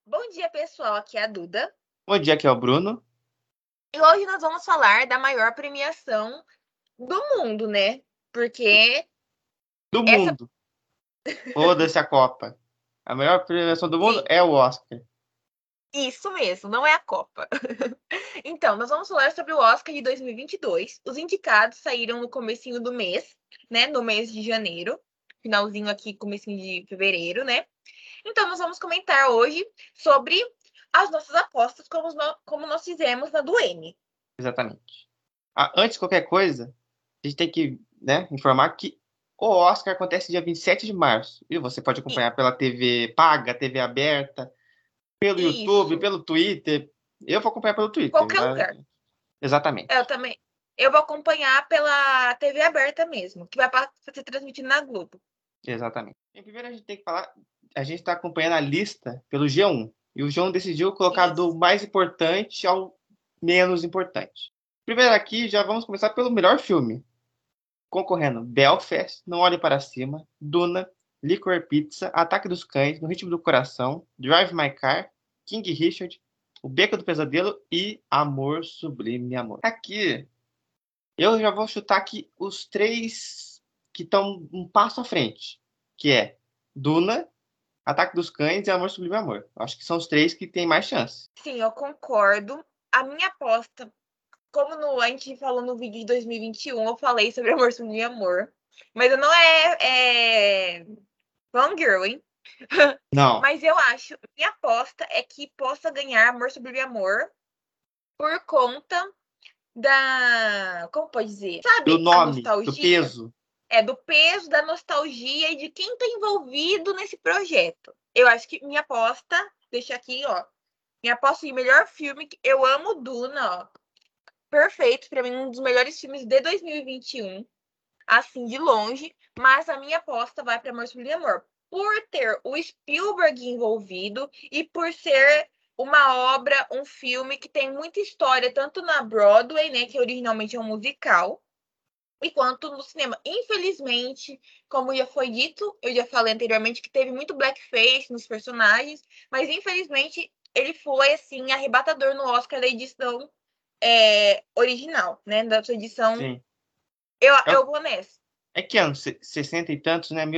Bom dia, pessoal. Aqui é a Duda. Bom dia, aqui é o Bruno. E hoje nós vamos falar da maior premiação do mundo, né? Porque Do essa. mundo. Foda-se a Copa. A melhor premiação do mundo Sim, é o Oscar. isso mesmo, não é a Copa. Então, nós vamos falar sobre o Oscar de 2022. Os indicados saíram no comecinho do mês, né? No mês de janeiro. Finalzinho aqui, comecinho de fevereiro, né? Então, nós vamos comentar hoje sobre as nossas apostas, como nós fizemos na do M. Exatamente. Antes de qualquer coisa, a gente tem que, informar que o Oscar acontece dia 27 de março. E você pode E acompanhar pela TV paga, TV aberta, pelo YouTube, isso, pelo Twitter. Eu vou acompanhar pelo Twitter. qualquer lugar. Exatamente. Eu também. Eu vou acompanhar pela TV aberta mesmo, que vai ser transmitido na Globo. Exatamente. Em primeiro, a gente tem que falar. A gente está acompanhando a lista pelo G1. E o G1 decidiu colocar do Isso. mais importante ao menos importante. Primeiro aqui, já vamos começar pelo melhor filme. Concorrendo Belfast, Não Olhe Para Cima, Duna, Licorice Pizza, Ataque dos Cães, No Ritmo do Coração, Drive My Car, King Richard, O Beco do Pesadelo e Amor Sublime Amor. Aqui, eu já vou chutar aqui os três que estão um passo à frente, que é Duna, Ataque dos Cães e Amor Sublime Amor. Acho que são os três que têm mais chance. Sim, eu concordo. A minha aposta, como a gente falou no vídeo de 2021, eu falei sobre Amor Sublime Amor. Mas eu não Girl, hein? Não, Mas eu acho, minha aposta é que possa ganhar Amor Sublime Amor por conta como pode dizer? do Sabe, a nome, do nostalgia? peso. Do peso, da nostalgia e de quem está envolvido nesse projeto. Eu acho que minha aposta, deixa aqui, ó. Minha aposta de melhor filme, eu amo Duna, ó. Perfeito, para mim, um dos melhores filmes de 2021, assim, de longe. Mas a minha aposta vai para Amor Sublime Amor. Por ter o Spielberg envolvido e por ser uma obra, um filme que tem muita história, tanto na Broadway, né, que originalmente é um musical, e quanto no cinema. Infelizmente, como já foi dito, eu já falei anteriormente que teve muito blackface nos personagens, mas infelizmente ele foi, assim, arrebatador no Oscar da edição original, né? Da sua edição. Sim. Eu vou nessa. É que anos? 60 e tantos, né?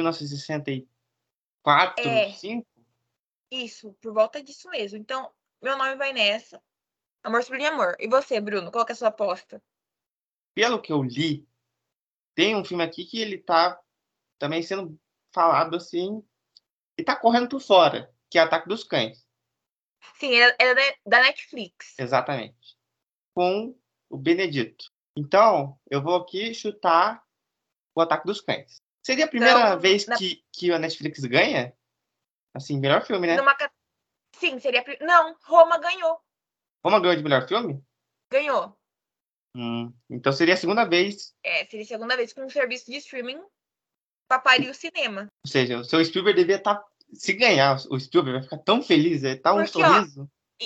1964, É, 5? isso, por volta disso mesmo. Então, meu nome vai nessa. Amor Sublime Amor. E você, Bruno? Qual que é a sua aposta? Pelo que eu li, tem um filme aqui que ele tá também sendo falado assim, e tá correndo por fora, que é Ataque dos Cães. Sim, é da Netflix. Exatamente. Com o Benedito. Então, eu vou aqui chutar o Ataque dos Cães. Seria a primeira Então, vez que a Netflix ganha? Assim, melhor filme, né? numa, sim, seria. Não, Roma ganhou. Roma ganhou de melhor filme? Ganhou. Então seria a segunda vez. Seria a segunda vez que um serviço de streaming paparia o cinema. Ou seja, o seu Spielberg devia estar. Se ganhar, o Spielberg vai ficar tão feliz, vai estar um Porque, ó, sorriso.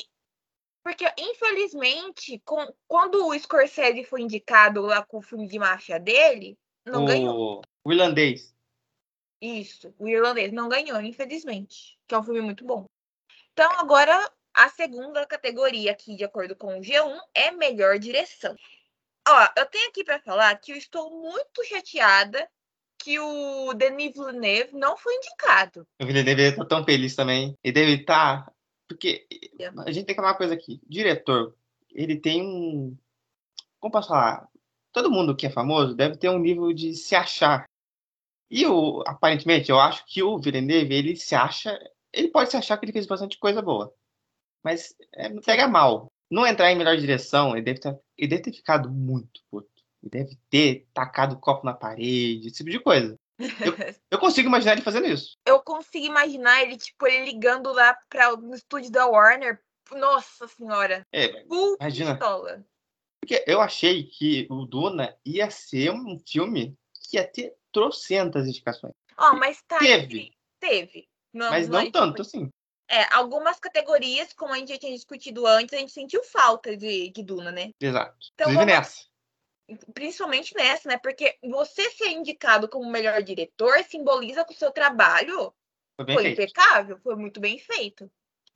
infelizmente, quando o Scorsese foi indicado lá com o filme de máfia dele, não ganhou. O irlandês. Isso, o irlandês não ganhou, infelizmente. Que é um filme muito bom. Então, agora, a segunda categoria aqui, de acordo com o G1, é melhor direção. Ó, eu tenho aqui para falar que eu estou muito chateada que o Denis Villeneuve não foi indicado. O Villeneuve deve estar tão feliz também. Ele deve estar. Porque a gente tem que falar uma coisa aqui. O diretor, ele tem um. Como posso falar? Todo mundo que é famoso deve ter um nível de se achar. E aparentemente, eu acho que o Villeneuve, ele se acha. Ele pode se achar que ele fez bastante coisa boa. Mas pega Sim. mal. Não entrar em melhor direção, ele deve ter ficado muito puto. Ele deve ter tacado o copo na parede, esse tipo de coisa. Eu consigo imaginar ele fazendo isso. Eu consigo imaginar ele ligando lá para no estúdio da Warner. Nossa senhora. Full Imagina. pistola. Porque eu achei que o Duna ia ser um filme que ia ter trocentas indicações. Mas tá Teve, teve. mas Não, não tanto assim. algumas categorias, como a gente já tinha discutido antes, a gente sentiu falta de Duna, né? Exato. Então Inclusive vamos. nessa. Principalmente nessa, né? Porque você ser indicado como melhor diretor simboliza que o seu trabalho Foi bem foi feito. impecável, foi muito bem feito.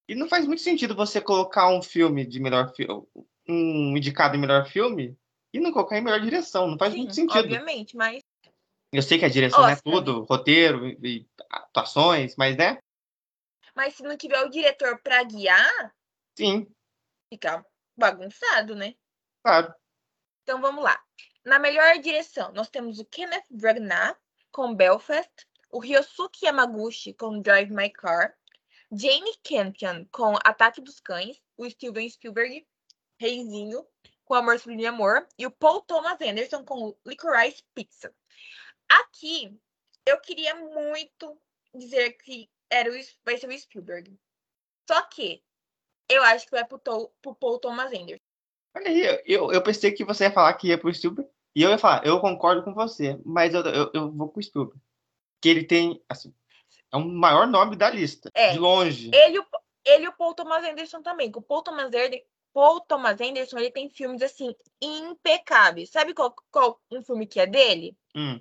E não faz muito sentido você colocar um filme de melhor filme, um indicado em melhor filme, e não colocar em melhor direção. Não faz muito Sim, sentido. obviamente, mas Eu sei que a direção não é Oscar, né? tudo, roteiro e atuações, mas né? Mas se não tiver o diretor pra guiar, Sim, fica bagunçado, né? claro. Então vamos lá. Na melhor direção, nós temos o Kenneth Branagh com Belfast, o Ryosuke Yamaguchi com Drive My Car, Jane Campion com Ataque dos Cães, o Steven Spielberg, Reizinho, com Amor Sublime Amor, e o Paul Thomas Anderson com Licorice Pizza. Aqui, eu queria muito dizer que vai ser o Spielberg. Só que eu acho que vai pro Paul Thomas Anderson. Olha aí, eu pensei que você ia falar que ia pro Spielberg, e eu ia falar, eu concordo com você, mas eu vou pro Spielberg. Que ele tem, assim, é o maior nome da lista, de É, longe. ele e o Paul Thomas Anderson também. O Paul Thomas Anderson, ele tem filmes, assim, impecáveis. Sabe qual um filme que é dele? Hum,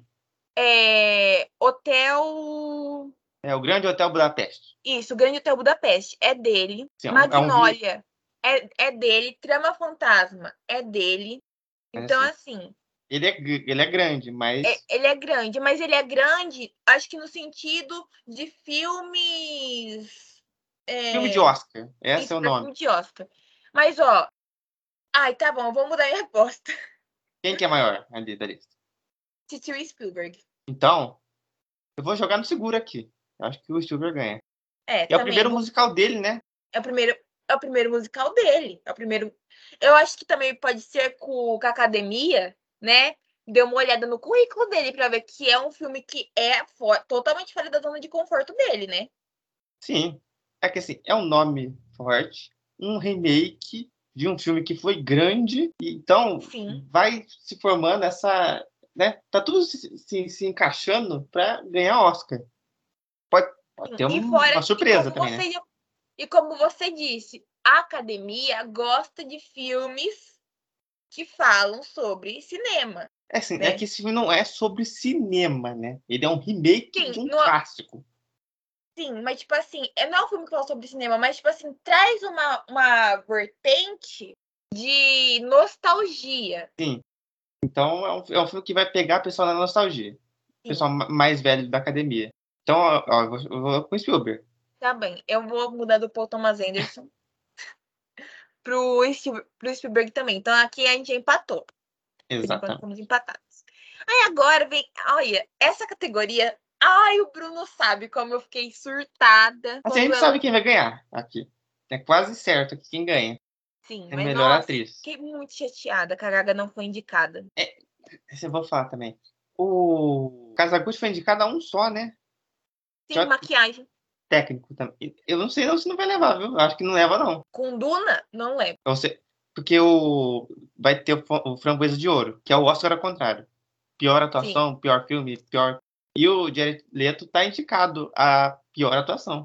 Hotel... é o Grande Hotel Budapeste. Isso, o Grande Hotel Budapeste é dele. Assim, é um Magnolia é dele. Trama Fantasma é dele. mas, Então, assim, assim, ele é grande, mas ele é grande, mas ele é grande, acho que no sentido de filmes. filme de É, Oscar, esse é isso, o para nome. filme de Oscar. Mas, ó. Ai, tá bom, vou mudar minha aposta. Quem que é maior ali da lista? Steven Spielberg. Então, eu vou jogar no seguro aqui. Eu acho que o Spielberg ganha. É, E é o também. primeiro musical dele, né? É o primeiro musical dele. É o primeiro. Eu acho que também pode ser com a academia, né? Deu uma olhada no currículo dele para ver que é um filme que é totalmente fora da zona de conforto dele, né? Sim. É que assim, é um nome forte, um remake de um filme que foi grande, e então Sim. vai se formando essa, né? Tá tudo se encaixando para ganhar Oscar. Pode Sim. ter E uma fora, surpresa também, né? e como você disse, a academia gosta de filmes que falam sobre cinema, É assim, é né? que esse filme não é sobre cinema, né? Ele é um remake Sim, de um clássico. sim, mas tipo assim, não é um filme que fala sobre cinema, mas tipo assim, traz uma vertente de nostalgia. Sim. Então é um filme que vai pegar o pessoal na nostalgia. O Sim, pessoal mais velho da academia. Então, ó, eu vou com o Spielberg. tá bem. Eu vou mudar do Paul Thomas Anderson pro Spielberg também. Então aqui a gente empatou. Por enquanto Exatamente. estamos empatados. Aí agora vem, olha, essa categoria. Ai, o Bruno sabe como eu fiquei surtada Assim, a quando gente ela. sabe quem vai ganhar aqui. É quase certo que quem ganha Sim, é a mas melhor nossa, atriz. fiquei muito chateada que a Gaga não foi indicada. É, esse eu vou falar também. O Kazaguchi foi indicado a um só, né? Sim, Só maquiagem. técnico também. Eu não sei não se não vai levar, viu? Eu acho que não leva, não. Com Duna, não lembro. Porque vai ter o Framboesa de Ouro, que é o Oscar ao contrário. Pior Sim. atuação, pior filme, pior. E o Jared Leto tá indicado a pior atuação.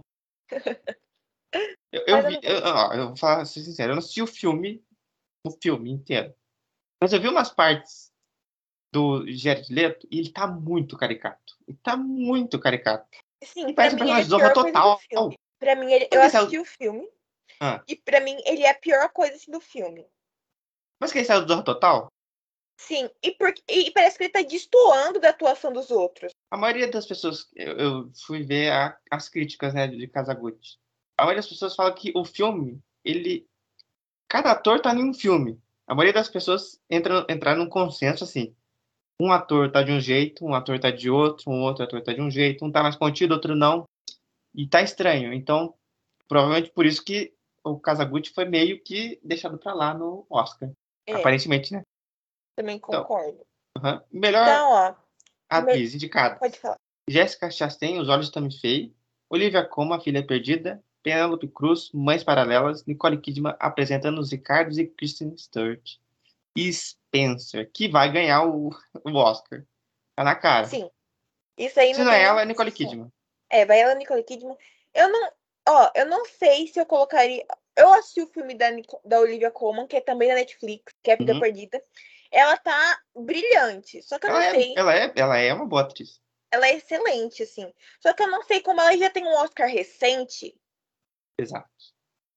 Eu Mas eu vi, não vou. eu vou falar, ser sincero, eu não assisti o filme inteiro. Mas eu vi umas partes do Jared Leto e ele tá muito caricato. Ele tá muito caricato. Sim, E pra parece um mim ele é personagem a de Zorra pior coisa do Total. filme. Pra mim, Mas eu que ele assisti saiu. o filme Ah, e pra mim ele é a pior coisa assim, do filme. mas que ele saiu do Zorra Total? Sim, e parece que ele tá destoando da atuação dos outros. A maioria das pessoas, eu fui ver as críticas, né, de Kazaguchi. A maioria das pessoas fala que o filme, cada ator tá em um filme. A maioria das pessoas entraram num consenso assim. Um ator tá de um jeito, um ator tá de outro, um outro ator tá de um jeito, um tá mais contido, outro não. E tá estranho. Então, provavelmente por isso que o Kazaguchi foi meio que deixado pra lá no Oscar. É, Aparentemente, né? também Então, concordo. melhor Então, ó, atriz indicada. pode falar. Jessica Chastain, Os Olhos de Tammy Faye. Olivia Colman, A Filha Perdida. Penélope Cruz, Mães Paralelas. Nicole Kidman apresentando os Ricardos e Kristen Stewart. E Spencer, que vai ganhar o Oscar. Tá na cara. Sim, isso aí Se não não tem é nem ela, é Nicole discussão. Kidman. Vai ela, Nicole Kidman. Eu não sei se eu colocaria. Eu assisti o filme da Olivia Colman, que é também da Netflix, que é Vida Uhum. Perdida. Ela tá brilhante, só que eu não Ela é, sei. ela é, ela é uma boa atriz. Ela é excelente, assim. Só que eu não sei como ela já tem um Oscar recente. Exato.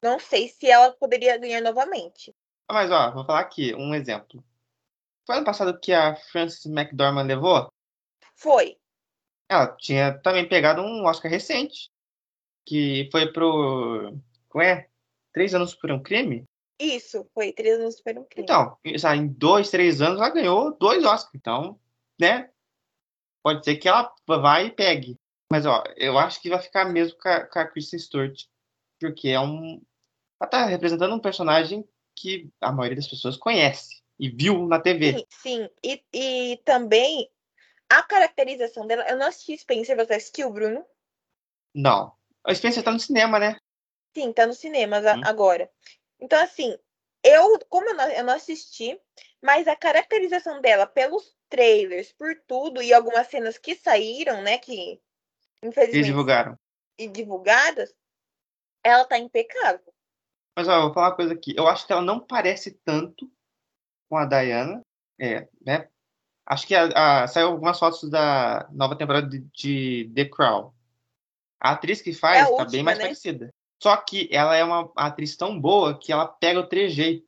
Não sei se ela poderia ganhar novamente. Mas, ó, vou falar aqui um exemplo. Foi ano passado que a Frances McDormand levou? Foi. Ela tinha também pegado um Oscar recente, que foi pro... Como é? 3 anos por um crime? Isso, foi 3 anos por um crime. Então, sabe, em 2, 3 anos ela ganhou 2 Oscars. Então, né? Pode ser que ela vá e pegue. Mas, ó, eu acho que vai ficar mesmo com a Kristen Stewart. Porque ela tá representando um personagem que a maioria das pessoas conhece e viu na TV. Sim, sim. E também a caracterização dela. Eu não assisti Spencer, você assistiu, Bruno? Não. A Spencer tá no cinema, né? Sim, tá nos cinemas Hum? agora. Então, assim, como eu não assisti, mas a caracterização dela pelos trailers, por tudo, e algumas cenas que saíram, né, que Eles infelizmente divulgaram. e divulgadas, ela tá impecável. Mas, ó, eu vou falar uma coisa aqui. Eu acho que ela não parece tanto com a Diana. É, né? Acho que saiu algumas fotos da nova temporada de The Crown. A atriz que É a faz tá bem última, mais né? parecida. Só que ela é uma atriz tão boa que ela pega o trejeito.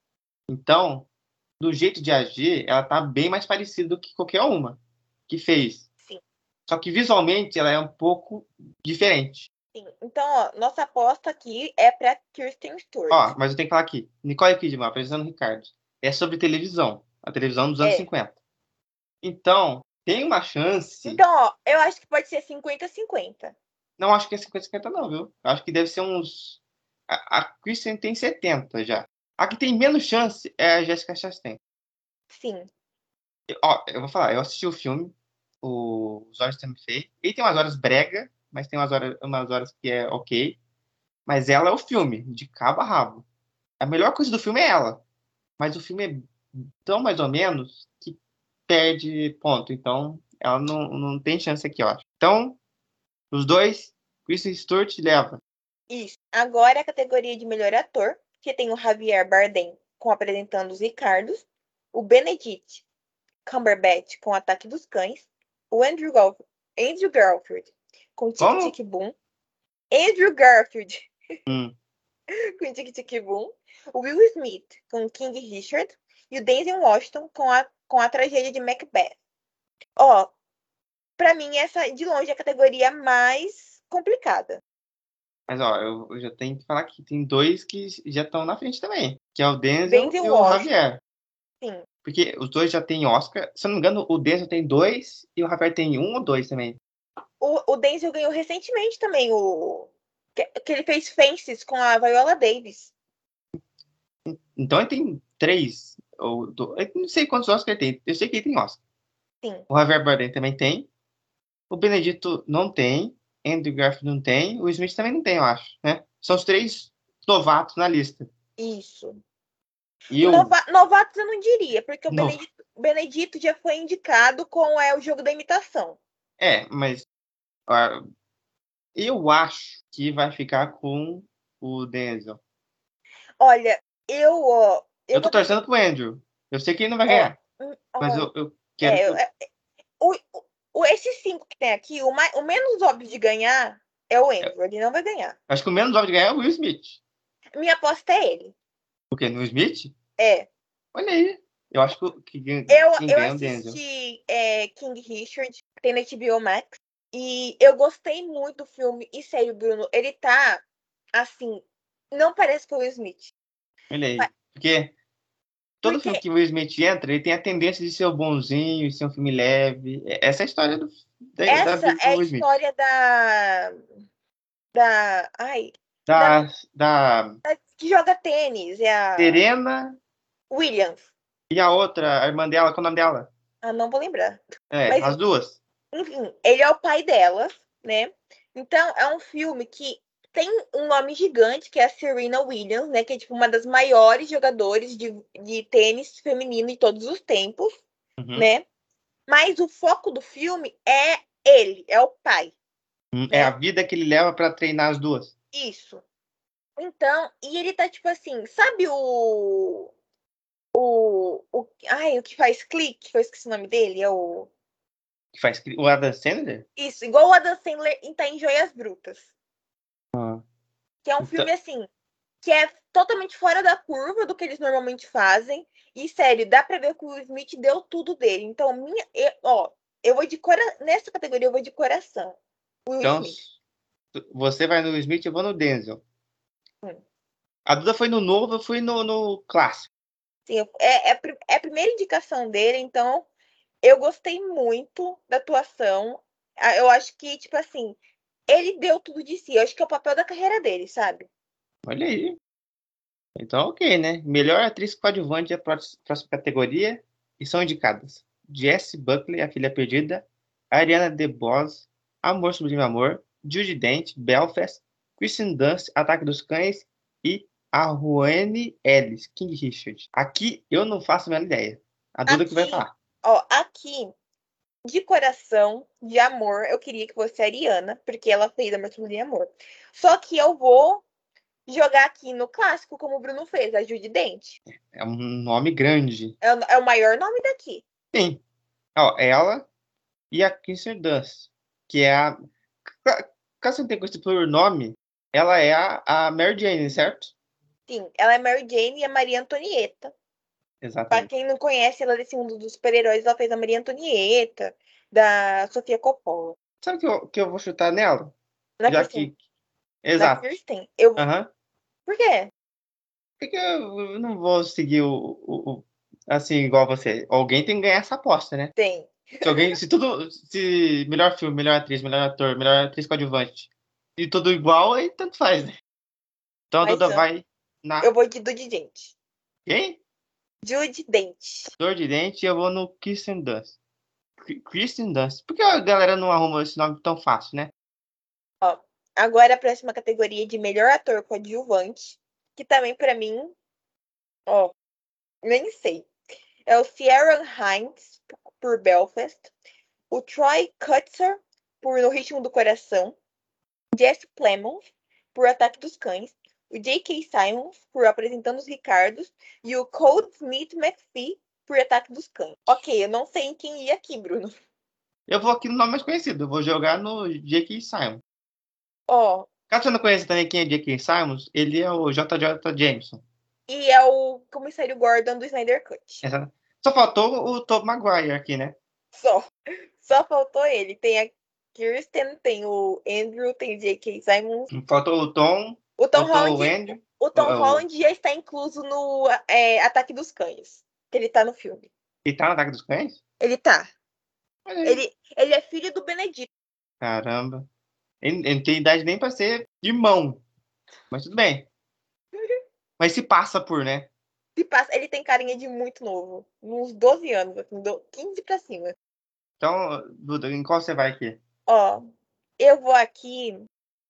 Então, do jeito de agir, ela tá bem mais parecida do que qualquer uma que fez. Sim, Só que visualmente ela é um pouco diferente. sim. Então, ó, nossa aposta aqui é pra Kirsten Ó, Stewart. mas eu tenho que falar aqui. Nicole Kidman, apresentando o Ricardo. É sobre televisão. A televisão dos anos É. 50. Então, tem uma chance. Então, ó, eu acho que pode ser 50-50. Não acho que é 50-50 não, viu? Eu acho que deve ser uns. A Kristen tem 70 já. A que tem menos chance é a Jessica Chastain. Sim, Ó, eu vou falar, eu assisti o filme, Os Olhos Têm Feio. Ele tem umas horas brega, mas tem umas horas que é ok. Mas ela é o filme, de cabo a rabo. A melhor coisa do filme é ela. Mas o filme é tão mais ou menos que perde ponto. Então, ela não tem chance aqui, eu acho. Então, os dois, Kristen Stewart leva. isso. Agora é a categoria de melhor ator, que tem o Javier Bardem com Apresentando os Ricardos, o Benedict Cumberbatch com Ataque dos Cães, o Andrew Garfield com Tic Como? Tic Boom, Andrew Garfield Hum. com Tic Tic Boom, o Will Smith com King Richard e o Denzel Washington com a tragédia de Macbeth. Ó, pra mim essa de longe é a categoria mais complicada. Mas, ó, eu já tenho que falar que tem dois que já estão na frente também. Que é o Denzel Denzel e o Washington, Javier. sim. Porque os dois já têm Oscar. Se eu não me engano, o Denzel tem 2 e o Javier tem 1 ou 2 também. O Denzel ganhou recentemente também que ele fez Fences com a Viola Davis. Então ele tem 3. Eu não sei quantos Oscars ele tem. Eu sei que ele tem Oscar. Sim, O Javier Bardem também tem. O Benedito não tem. Andrew Garfield não tem. O Smith também não tem, eu acho, né? São os 3 novatos na lista. isso. E o Novatos eu não diria, porque o novo. Benedito já foi indicado com o jogo da imitação. É, mas ah, eu acho que vai ficar com o Denzel. Olha, eu Eu tô vou ter que. torcendo pro Andrew. Eu sei que ele não vai É, ganhar, mas ó, eu quero que. é, o, esses cinco que tem aqui, o menos óbvio de ganhar é o Andrew. Ele não vai ganhar. Acho que o menos óbvio de ganhar é o Will Smith. Minha aposta é ele. O quê? No Will Smith? É. Olha aí. Eu acho que Eu, quem eu ganha é o Denzel. assisti King Richard, tem na HBO Max, e eu gostei muito do filme. E sério, Bruno, ele tá assim, não parece com o Will Smith. Olha aí. Porque todo Porque filme que o Will Smith entra, ele tem a tendência de ser o bonzinho, de ser um filme leve. Essa é a história da essa vida é do a Will Smith. história ai, da, Da da que joga tênis, é a Serena Williams. e a outra, a irmã dela, qual é o nome dela? Ah, não vou lembrar. É, Mas, as duas. enfim, ele é o pai dela, né? Então, é um filme que tem um nome gigante, que é a Serena Williams, né? Que é tipo uma das maiores jogadores de tênis feminino de todos os tempos, Uhum. né? Mas o foco do filme é ele, é o pai, É a né? vida que ele leva pra treinar as duas. Isso. Então, e ele tá tipo assim, sabe o que faz clique, que eu esqueci o nome dele, é o Que faz o Adam Sandler? isso, igual o Adam Sandler tá em Joias Brutas, Ah. que é um Então, filme assim, que é totalmente fora da curva do que eles normalmente fazem. E, sério, dá pra ver que o Will Smith deu tudo dele. Então, eu vou de coração. Nessa categoria, eu vou de coração. Will Então, Smith. você vai no Will Smith, eu vou no Denzel. Hum. A Duda foi no novo, eu fui no clássico. Sim, é a primeira indicação dele, então eu gostei muito da atuação. Eu acho que, tipo assim, ele deu tudo de si. Eu acho que é o papel da carreira dele, sabe? Olha aí. Então, ok, né? Melhor atriz coadjuvante é a próxima categoria. E são indicadas Jessie Buckley, A Filha Perdida, Ariana DeBose, Amor Sublime Amor, Judi Dench, Belfast, Kristen Dunst, Ataque dos Cães e a Ruane Ellis, King Richard. Aqui eu não faço a menor ideia. A Duda que vai Aqui, falar. aqui, de coração, de amor, eu queria que fosse a Ariana, porque ela fez Amor Sublime Amor. Só que eu vou jogar aqui no clássico, como o Bruno fez, a Judi Dench. É um nome grande. É o maior nome daqui. Sim. Ó, ela e a Kristen Dunst, que é a... Caso você não tenha conhecido por nome, ela é a Mary Jane, certo? Sim, ela é Mary Jane e a Maria Antonieta. Pra Exatamente. quem não conhece, ela desse mundo dos super-heróis, ela fez a Maria Antonieta, da Sofia Coppola. Sabe que eu vou chutar nela? Na Já Kirsten. que. Na Exato. Kirsten? Aham. Por quê? Porque eu não vou seguir assim, igual você. Alguém tem que ganhar essa aposta, né? Tem. Se melhor filme, melhor atriz, melhor ator, melhor atriz coadjuvante, e tudo igual, aí tanto faz, né? Então a Mas Duda vai eu na vou de Judy Dench. quem? Judy Dench. Dor de dente e eu vou no Kristen Dunst. Kristen Dunst. Por que a galera não arruma esse nome tão fácil, né? Ó, agora a próxima categoria de melhor ator coadjuvante, que também pra mim, ó, nem sei. É o Ciarán Hinds por Belfast, o Troy Kotsur por No Ritmo do Coração, Jesse Plemons por Ataque dos Cães, o J.K. Simmons por Apresentando os Ricardos e o Cole Smith McPhee por Ataque dos Cães. Ok, eu não sei em quem ia aqui, Bruno. Eu vou aqui no nome mais conhecido. Eu vou jogar no J.K. Simon. Ó, Caso você não conheça também quem é J.K. Simons, ele é o J.J. Jameson. e é o Comissário Gordon do Snyder Cut. Só faltou o Tobey Maguire aqui, né? Só. Só faltou ele. Tem a Kirsten, tem o Andrew, tem o J.K. Simmons. Faltou o Tom, O Tom faltou Holland, o Andrew. o Tom Holland já está incluso no Ataque dos Cães. Que ele tá no filme. E tá no Ataque dos Cães? Ele tá. Olha aí. Ele é filho do Benedito. Caramba. Ele não tem idade nem pra ser irmão. Mas tudo bem. Mas se passa por, né? Se passa, ele tem carinha de muito novo. Uns 12 anos, assim, 15 pra cima. Então, Duda, em qual você vai aqui? Ó, eu vou aqui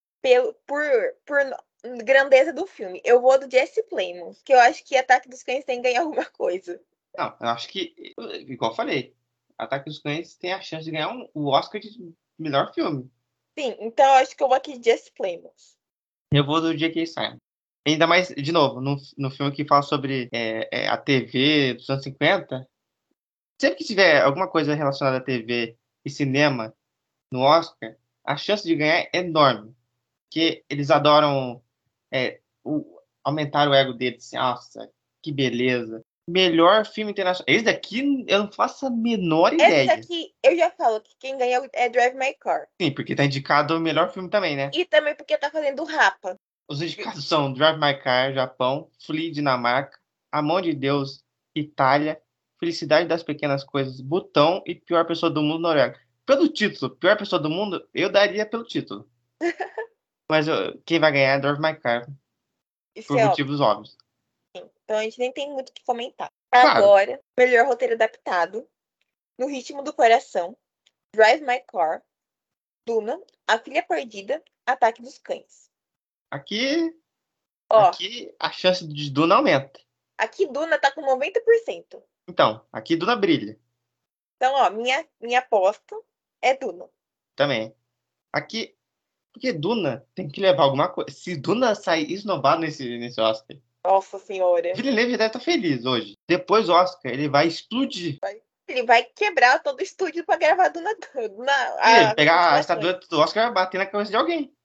por grandeza do filme. Eu vou do Jesse Plemons, que eu acho que Ataque dos Cães tem que ganhar alguma coisa. Não, eu acho que, igual eu falei, Ataque dos Cães tem a chance de ganhar o Oscar de melhor filme. Sim, então eu acho que eu vou aqui de Jesse Plemons. Eu vou do J.K. Simon. Ainda mais, de novo, no filme que fala sobre a TV dos anos 50, sempre que tiver alguma coisa relacionada à TV e cinema no Oscar, a chance de ganhar é enorme. Porque eles adoram aumentar o ego deles. Assim, nossa, que beleza. Melhor filme internacional. Esse daqui eu não faço a menor Esse ideia. daqui, eu já falo que quem ganha é Drive My Car. Sim, porque tá indicado o melhor filme também, né? E também porque tá fazendo Rapa. Os indicados são Drive My Car, Japão, Flea, Dinamarca, A Mão de Deus, Itália, Felicidade das Pequenas Coisas, Butão e Pior Pessoa do Mundo, Noruega. Pelo título, Pior Pessoa do Mundo, eu daria pelo título. Mas quem vai ganhar é Drive My Car, Isso por é óbvio. motivos óbvios. Então a gente nem tem muito o que comentar. Claro, Agora, melhor roteiro adaptado. No Ritmo do Coração. Drive My Car. Duna. A Filha Perdida. Ataque dos Cães. aqui, Ó, aqui a chance de Duna aumenta. aqui Duna tá com 90%. Então, aqui Duna brilha Então, ó, minha aposta é Duna. também. Aqui, porque Duna tem que levar alguma coisa. Se Duna sair esnobado nesse Oscar, Nossa senhora. Villeneuve deve estar feliz hoje. Depois do Oscar, ele vai explodir. Ele vai quebrar todo o estúdio pra gravar Duna. E ele A pegar a continuação. estatueta do Oscar e vai bater na cabeça de alguém.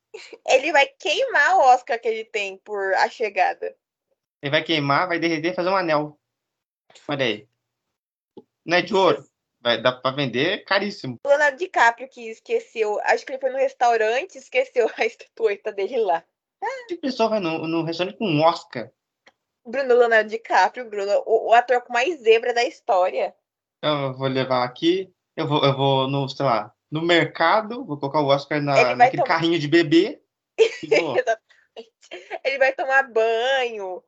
Ele vai queimar o Oscar que ele tem por A Chegada. Ele vai queimar, vai derreter e fazer um anel. Olha aí. Não é de ouro. Vai dar pra vender caríssimo. O Leonardo DiCaprio que esqueceu, acho que ele foi no restaurante e esqueceu a estatueta dele lá. Que pessoa vai no restaurante com um Oscar? Bruno Leonardo DiCaprio, Bruno, o ator com mais zebra da história. Eu vou levar aqui. Eu vou no, sei lá, no mercado. Vou colocar o Oscar Ele vai naquele tomar. carrinho de bebê. E vou. Ele vai tomar banho.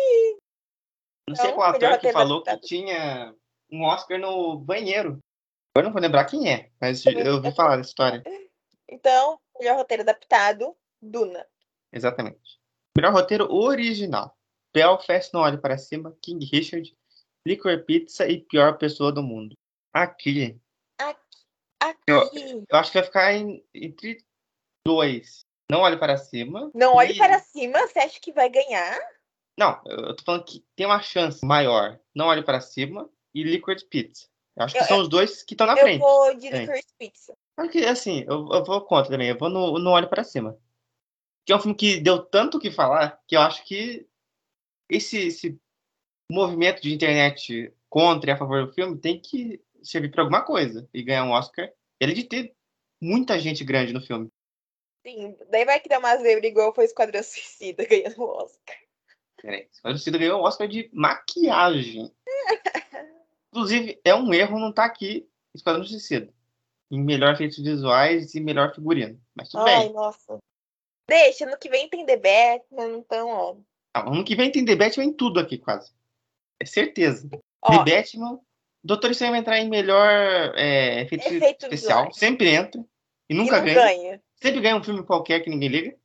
Não sei Então, qual melhor ator que roteiro falou que adaptado. tinha um Oscar no banheiro. Eu não vou lembrar quem é, mas Também, eu ouvi falar dessa história. então, melhor roteiro adaptado, Duna. Exatamente. Melhor roteiro original. Belfast, Não Olhe Para Cima, King Richard, Licor Pizza e Pior Pessoa do Mundo. Aqui, Aqui, eu, aqui. eu acho que vai ficar entre dois. Não Olhe Para Cima Não olhe para e... cima, você acha que vai ganhar? Não, eu tô falando que tem uma chance maior. Não Olhe Para Cima e Licor Pizza. Eu acho Eu, que são eu, os dois que estão na eu frente. vou de Também. Licorice Pizza. Porque, assim, eu vou contra também. Eu vou no Não Olhe Para Cima. Que é um filme que deu tanto o que falar que eu acho que esse movimento de internet contra e a favor do filme tem que servir para alguma coisa e ganhar um Oscar. Ele de ter muita gente grande no filme. Sim, daí vai que dá uma zebra igual foi Esquadrão Suicida ganhando o Oscar. Peraí, o Cida ganhou o Oscar de maquiagem. Inclusive, é um erro não estar aqui Esquadrão Suicida. Em melhor efeitos visuais e melhor figurino. Mas tudo Ai, bem. nossa. Deixa, no que vem tem The Batman, então, ó. Ah, ano que vem tem The Batman em tudo aqui, quase. É certeza. The Ó, Batman. Doutor Estranho vai entrar em melhor efeito efeitos especial. visuais. Sempre entra. E E nunca não ganha. ganha. Sempre ganha um filme qualquer que ninguém liga.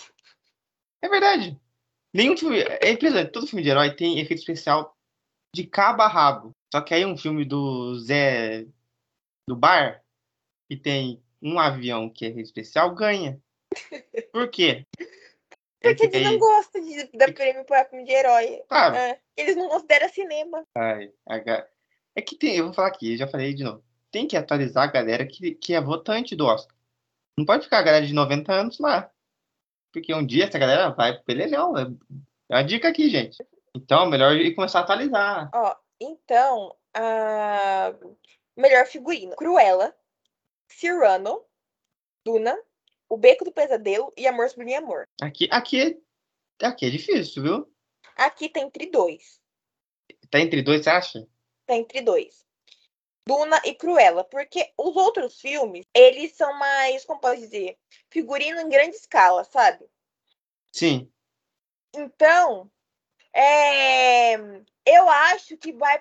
É verdade. Nenhum filme. É impressionante. Todo filme de herói tem efeito especial de cabo a rabo. Só que aí um filme do Zé do Bar, que tem um avião que é efeito especial, ganha. Por quê? Ele Porque fica eles não aí. gostam de dar prêmio pra filme de herói. Claro. É, eles não consideram cinema. Ai, é que tem. Eu vou falar aqui, eu já falei de novo. Tem que atualizar a galera que é votante do Oscar. Não pode ficar a galera de 90 anos lá. Porque um dia essa galera vai pro pelelhão. É uma dica aqui, gente. Então, melhor ir começar a atualizar. Ó, então, a melhor figurino. Cruella, Cyrano, Duna, O Beco do Pesadelo e Amor Sublime Amor. Aqui é difícil, viu? Aqui tá entre dois. Tá entre dois, você acha? Tá entre dois. Duna e Cruella, porque os outros filmes, eles são mais, como posso dizer, figurino em grande escala, sabe? Sim. Então, é, eu acho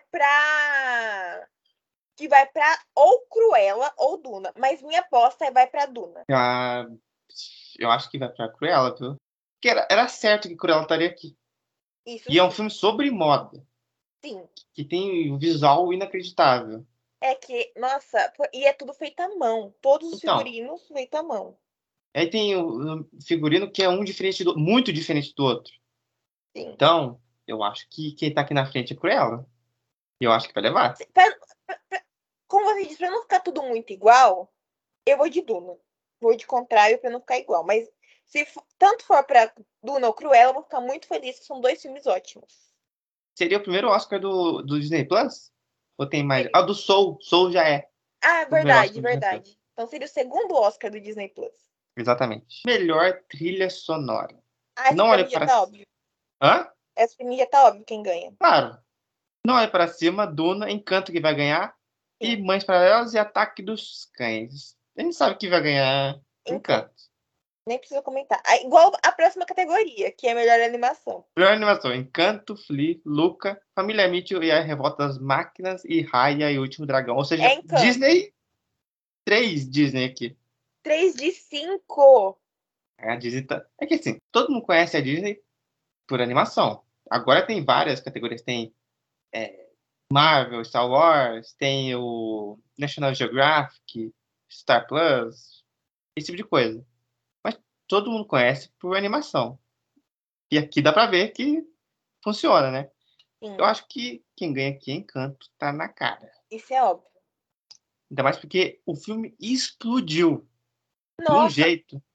que vai pra ou Cruella ou Duna, mas minha aposta é vai pra Duna. Ah, eu acho que vai pra Cruella, viu? Porque era certo que Cruella estaria aqui. Isso E é um sim, filme sobre moda, sim. que tem um visual inacreditável. É que, nossa, e é tudo feito à mão, todos os Então, figurinos feitos à mão. aí tem o figurino que é muito diferente do outro. Sim. Então, eu acho que quem tá aqui na frente é Cruella. E eu acho que vai levar. Como você disse, pra não ficar tudo muito igual, eu vou de Duna. Vou de contrário pra não ficar igual. Mas se tanto for pra Duna ou Cruella, eu vou ficar muito feliz, que são dois filmes ótimos. Seria o primeiro Oscar do Disney Plus? Ou tem mais? Seria. Ah, do Soul. Soul já é Ah, o primeiro verdade, Oscar do Disney Plus. verdade. Então seria o segundo Oscar do Disney Plus. Exatamente. Melhor trilha sonora. Ah, essa Não pra olhe mim já para... tá óbvio. Hã? Essa pra mim já tá óbvio quem ganha. Claro. Não olhe para cima, Duna, Encanto que vai ganhar. E Sim. Mães Paralelas e Ataque dos Cães. A gente sabe que vai ganhar Encanto. Encanto. Nem precisa comentar. Ah, igual a próxima categoria, que é melhor animação. Melhor animação: Encanto, Flea, Luca, Família Mitchell e a Revolta das Máquinas e Raya e o Último Dragão. Ou É seja, Encanto. Disney, três Disney aqui. 3 de 5. A Disney tá... É que assim, todo mundo conhece a Disney por animação. Agora tem várias categorias. Tem Marvel, Star Wars, tem o National Geographic, Star Plus, esse tipo de coisa. Mas todo mundo conhece por animação. E aqui dá pra ver que funciona, né? Eu Sim, acho que quem ganha aqui é Encanto, tá na cara. isso é óbvio. Ainda mais porque o filme explodiu de um Nossa, jeito.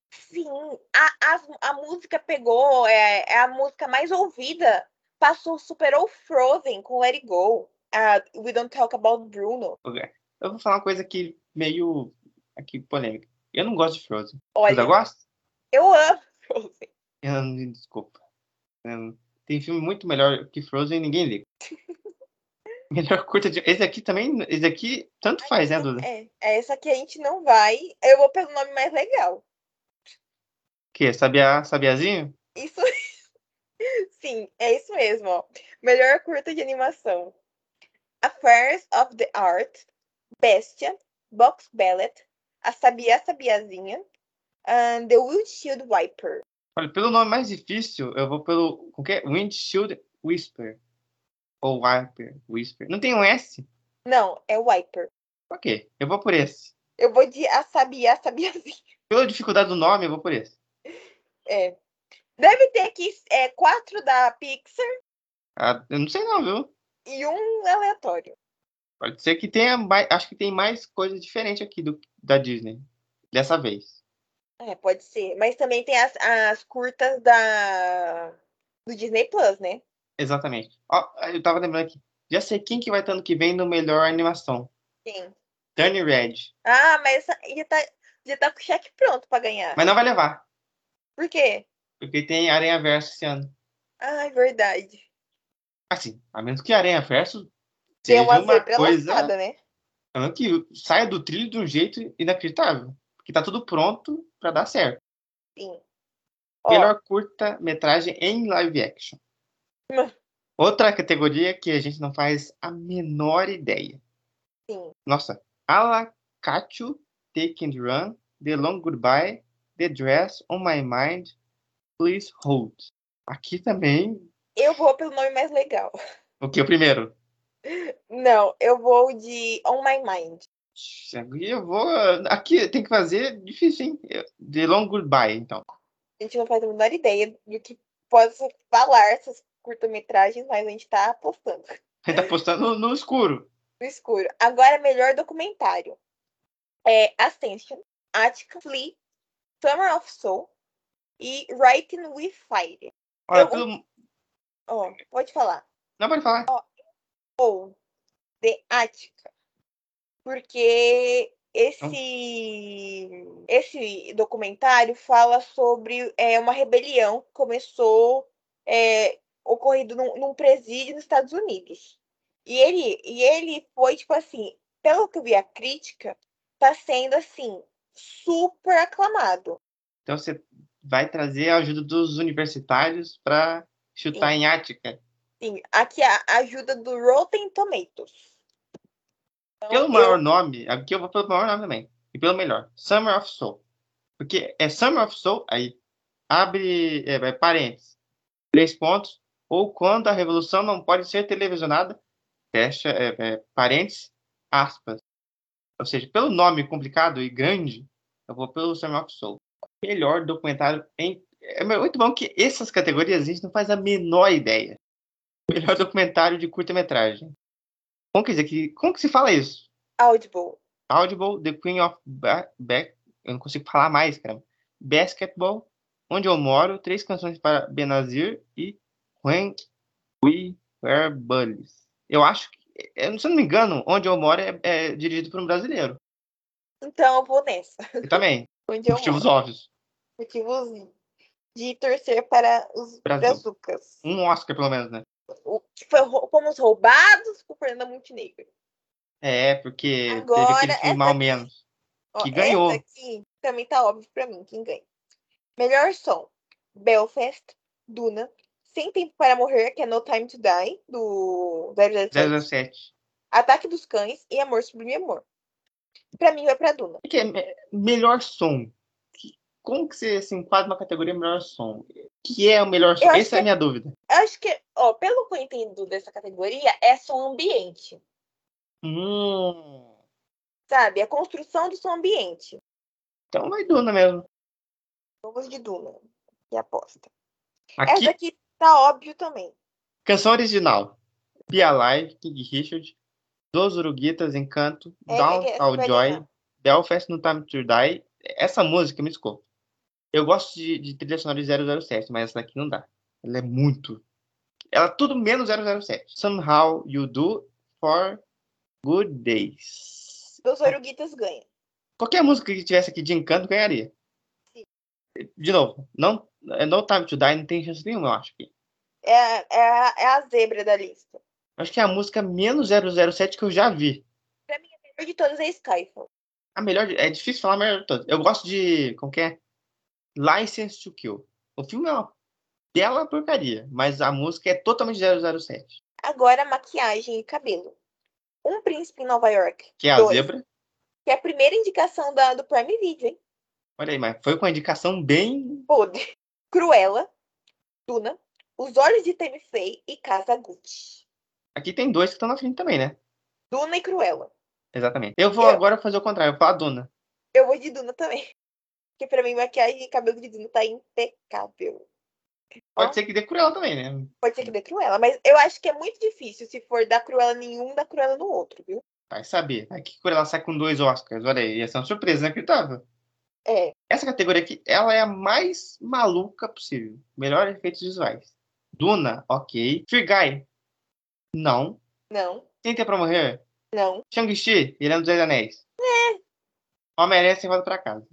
Sim, a música pegou, é a música mais ouvida, passou, superou Frozen com Let It Go. We Don't Talk About Bruno. Eu vou falar uma coisa aqui meio aqui polêmica. Eu não gosto de Frozen. Você já Olha, gosta? eu amo Frozen. Desculpa. Tem filme muito melhor que Frozen e ninguém liga. Melhor curta de. Esse aqui também. Esse aqui tanto faz, né, Duda? Essa aqui a gente não vai. Eu vou pelo nome mais legal. Que? Sabiazinho? Isso, sim, é isso mesmo, ó. Melhor curta de animação. Affairs of the Art, Bestia, Box Ballet, A Sabiazinha, and The Windshield Wiper. Olha, pelo nome mais difícil, eu vou pelo. O quê? Windshield Whisper. Ou Wiper. Whisper. Não tem um S? Não, é Wiper. Ok, eu vou por esse. Eu vou de A Sabiazinha. Pela dificuldade do nome, eu vou por esse. É. Deve ter aqui 4 da Pixar Eu não sei não, viu? e um aleatório. Pode ser que tenha mais. Acho que tem mais coisa diferente aqui da Disney. Dessa vez. Pode ser. Mas também tem as curtas do Disney Plus, né? Exatamente. Ó, eu tava lembrando aqui. Já sei quem que vai estar ano que vem no melhor animação. Sim. Turning Red. Mas já tá com o cheque pronto pra ganhar. Mas não vai levar. Por quê? Porque tem Aranha Verso esse ano. É verdade. Assim, a menos que Aranha Verso Tem seja uma uma zebra coisa. lascada, né? A menos que saia do trilho de um jeito inacreditável. Porque tá tudo pronto pra dar certo. Sim. Ó. Melhor curta-metragem em live action. Outra categoria que a gente não faz a menor ideia. Sim. Nossa, Alacachu, Take and Run, The Long Goodbye, The Dress, On My Mind, Please Hold. Aqui também. Eu vou pelo nome mais legal. O que? O primeiro? Não, eu vou de On My Mind. Eu vou. Aqui tem que fazer difícil, hein? The Long Goodbye, então. A gente não faz a menor ideia do que possa falar essas curta-metragens, mas a gente tá apostando. Ele tá postando no escuro. No escuro. Agora, melhor documentário. Ascension, Attica, Flea, Summer of Soul e Writing with Fire. Olha, pelo. Pode falar. Não, pode falar. Ou The Attica. Porque Não. esse documentário fala sobre uma rebelião que começou ocorrido num presídio nos Estados Unidos. E ele foi, tipo assim, pelo que eu vi a crítica, tá sendo, assim, super aclamado. Então você vai trazer a ajuda dos universitários para chutar Sim, em Ática. sim. Aqui a ajuda do Rotten Tomatoes. Então, Pelo maior nome, aqui eu vou pelo maior nome também. E pelo melhor, Summer of Soul. Porque é Summer of Soul, aí abre parênteses, 3 pontos, ou quando a revolução não pode ser televisionada, fecha parênteses, aspas. Ou seja, pelo nome complicado e grande, eu vou pelo Summer of Soul. Melhor documentário em. É muito bom que essas categorias a gente não faz a menor ideia. Melhor documentário de curta-metragem. Como que se fala isso? Audible. Audible, The Queen of Back. Eu não consigo falar mais, cara. Basketball, Onde Eu Moro, Três Canções para Benazir e When We Were Bullies. Eu acho que, se eu não me engano, Onde Eu Moro é dirigido por um brasileiro. Então eu vou nessa. Eu também. Onde Por eu motivos moro. óbvios. Motivos de torcer para os Brasil. brazucas. Um Oscar, pelo menos, né? Fomos roubados por Fernanda Montenegro. Porque teve Agora, aquele filme essa Mal aqui, Menos. ó, Que essa ganhou. aqui também tá óbvio pra mim quem ganha. Melhor som: Belfast, Duna, Sem Tempo para Morrer, que é No Time to Die, do 007, 007. Ataque dos Cães e Amor Sublime Amor. Pra mim, vai pra Duna. O que é melhor som? Como que você se enquadra uma categoria melhor som? O que é o melhor som? Eu acho Essa que, é a minha dúvida. pelo que eu entendo dessa categoria, é som ambiente. Hum, Sabe? A construção do som ambiente. então vai Duna mesmo. Vamos de Duna. Que aposta. Essa Aqui, aqui tá óbvio também. canção original. Be Alive, King Richard, Dos Uruguitas, Encanto, Down Essa All vai Joy, ganhar. Belfast, No Time to Die. Essa música me escuta. Eu gosto de trilha sonora de 007, mas essa daqui não dá. Ela é muito. Ela é tudo menos 007. Somehow You Do for Good Days. Dos Oruguitas ganha. Qualquer música que tivesse aqui de Encanto ganharia. Sim. De novo, não, No Time to Die não tem chance nenhuma, eu acho. É a zebra da lista. Acho que é a música menos 007 que eu já vi. Pra mim, a melhor de todas é Skyfall. A melhor, é difícil falar a melhor de todas. Eu gosto de, como que é? License to Kill. O filme é uma bela porcaria, mas a música é totalmente 007. Agora, maquiagem e cabelo. Um Príncipe em Nova York. Que é a 2, zebra. que é a primeira indicação do Prime Video, hein? Olha aí, mas foi com a indicação bem... Podre. Cruella, Duna, Os Olhos de Tammy Faye e Casa Gucci. Aqui tem dois que estão na frente também, né? Duna e Cruella. Exatamente. Eu vou agora fazer o contrário, eu vou falar Duna. Eu vou de Duna também. Porque pra mim, maquiagem e cabelo de Duna tá impecável. Pode ser que dê Cruella também, né? Pode ser que dê Cruella, mas eu acho que é muito difícil se for dar Cruella nenhum, dar Cruella no outro, viu? Vai saber. Aqui Cruella sai com 2 Oscars. Olha aí, ia ser uma surpresa, né, que tava. É. Essa categoria aqui, ela é a mais maluca possível. Melhor efeitos visuais. Duna, ok. Free Guy, não. Não. Quem tem pra morrer? Não. Shang-Chi, Ilha dos Anéis. Homem-Aranha sem volta pra casa.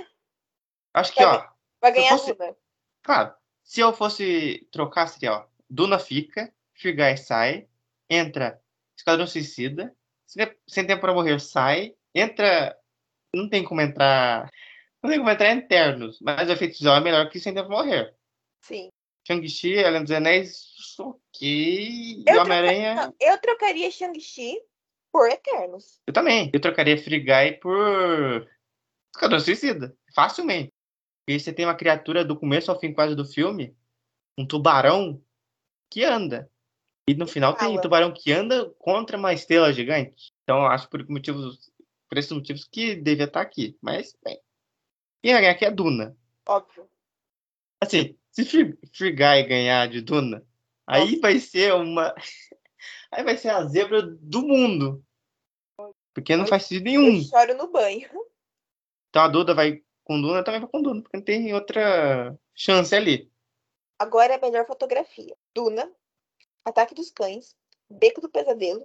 Acho que, ó. Vai Se eu ganhar fosse... Duna. Claro, se eu fosse trocar, seria, ó. Duna fica, Free Guy sai, entra Esquadrão Suicida, Sem Tempo pra Morrer sai, entra. Não tem como entrar. Não tem como entrar em Eternos, mas o efeito visual é melhor que Sem Tempo pra Morrer. Sim. Shang-Chi, Ilha dos Anéis, ok. E Homem-Aranha. Eu trocaria Shang-Chi por Eternos. Eu também. Eu trocaria Free Guy por Esquadrão Suicida. Facilmente. Porque você tem uma criatura do começo ao fim quase do filme, um tubarão que anda. E no final tem um tubarão que anda contra uma estrela gigante. Então eu acho por esses motivos que devia estar aqui. Mas, bem. Quem vai ganhar aqui é Duna. Óbvio. Assim, se Free Guy ganhar de Duna, aí vai ser uma. Aí vai ser a zebra do mundo. Porque não faz sentido nenhum. Eu choro no banho. Então a Duda vai com Duna, também vai com Duna, porque não tem outra chance ali. Agora é a melhor fotografia. Duna, Ataque dos Cães, Beco do Pesadelo,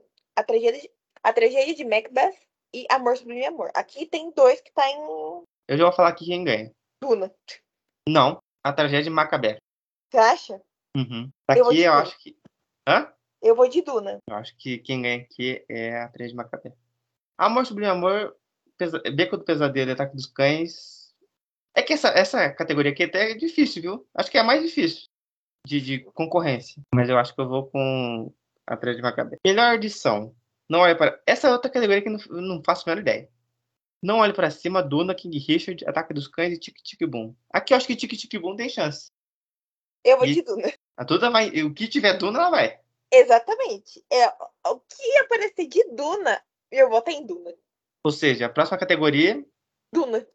a tragédia de Macbeth e Amor Sublime Amor. Aqui tem dois que tá em Eu já vou falar aqui quem ganha. Duna. Não, a tragédia de Macbeth. Você acha? Uhum. Daqui eu acho que... Hã? Eu vou de Duna. Eu acho que quem ganha aqui é a tragédia de Macbeth. Amor Sublime Amor, Beco do Pesadelo e Ataque dos Cães... É que essa categoria aqui até é difícil, viu? Acho que é a mais difícil de concorrência. Mas eu acho que eu vou com a tragédia de Macbeth. Melhor edição. Não olhe para... Essa é outra categoria que eu não faço a menor ideia. Não Olhe Para Cima, Duna, King Richard, Ataque dos Cães e Tic Tic Boom. Aqui eu acho que Tic Tic Boom tem chance. Eu vou de Duna. A Duda vai... O que tiver Duna, ela vai. Exatamente. O que aparecer de Duna, eu vou em Duna. Ou seja, a próxima categoria... Duna.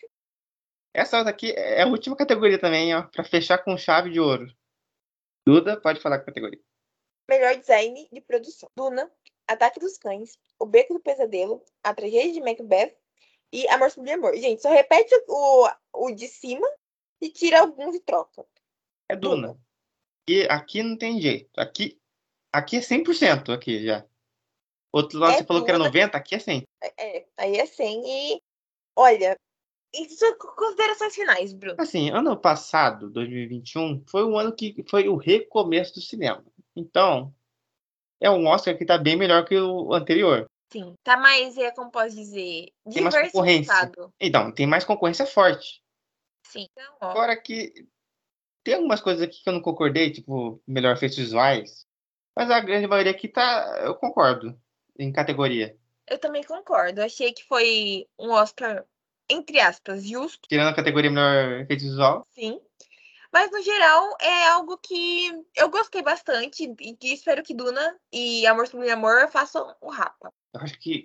Essa daqui é a última categoria também, ó. Pra fechar com chave de ouro. Duda, pode falar a categoria. Melhor design de produção. Duna, Ataque dos Cães, O Beco do Pesadelo, A Tragédia de Macbeth e Amor Sublime Amor. Gente, só repete o de cima e tira alguns e troca. É Duna. E aqui não tem jeito. Aqui é 100% aqui já. Outro lado você falou que era 90, aqui é 100. Aí é 100 e... Olha, isso considerações finais, Bruno. Assim, ano passado, 2021, foi um ano que foi o recomeço do cinema. Então, é um Oscar que tá bem melhor que o anterior. Sim, tá mais, como posso dizer, tem mais concorrência. Então, tem mais concorrência forte. Sim. Então, ó. Agora que tem algumas coisas aqui que eu não concordei, tipo, melhor efeitos visuais. Mas a grande maioria aqui eu concordo em categoria. Eu também concordo. Achei que foi um Oscar, entre aspas, justo. Tirando a categoria melhor efeito visual. Sim. Mas, no geral, é algo que eu gostei bastante e que espero que Duna e Amor Sublime Amor façam o Rapa. Eu acho que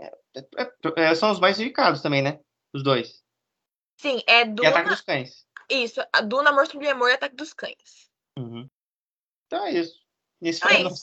são os mais indicados também, né? Os dois. Sim, é Duna... E Ataque dos Cães. Isso, a Duna, Amor Sublime Amor e Ataque dos Cães. Uhum. Então é isso. Isso foi a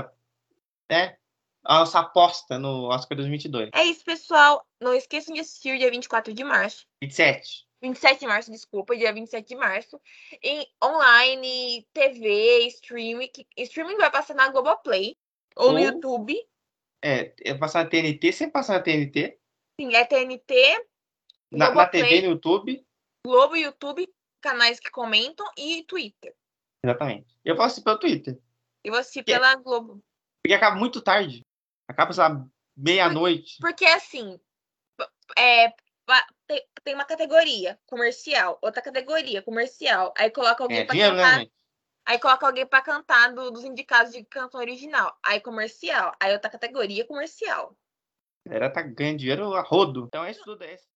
nossa aposta no Oscar 2022. É isso, pessoal. Não esqueçam de assistir dia 24 de março. 27. 27 de março, desculpa, dia 27 de março. Em online, TV, streaming. Streaming vai passar na Globoplay ou no Ou YouTube. é passar na TNT, sempre passar na TNT, Sim, é TNT, na TV, no Globoplay, YouTube. Globo, YouTube, canais que comentam e Twitter. Exatamente. Eu posso assistir pelo Twitter. E vou assistir Porque, pela Globo. porque acaba muito tarde. Acaba, sei lá, meia-noite. Porque assim, é, tem uma categoria comercial, outra categoria comercial. Aí coloca alguém É, pra dinheiro, né, cantar. gente? Aí coloca alguém pra cantar dos indicados de cantor original. Aí comercial. Aí outra categoria comercial. A galera tá ganhando dinheiro a rodo. Então é isso tudo.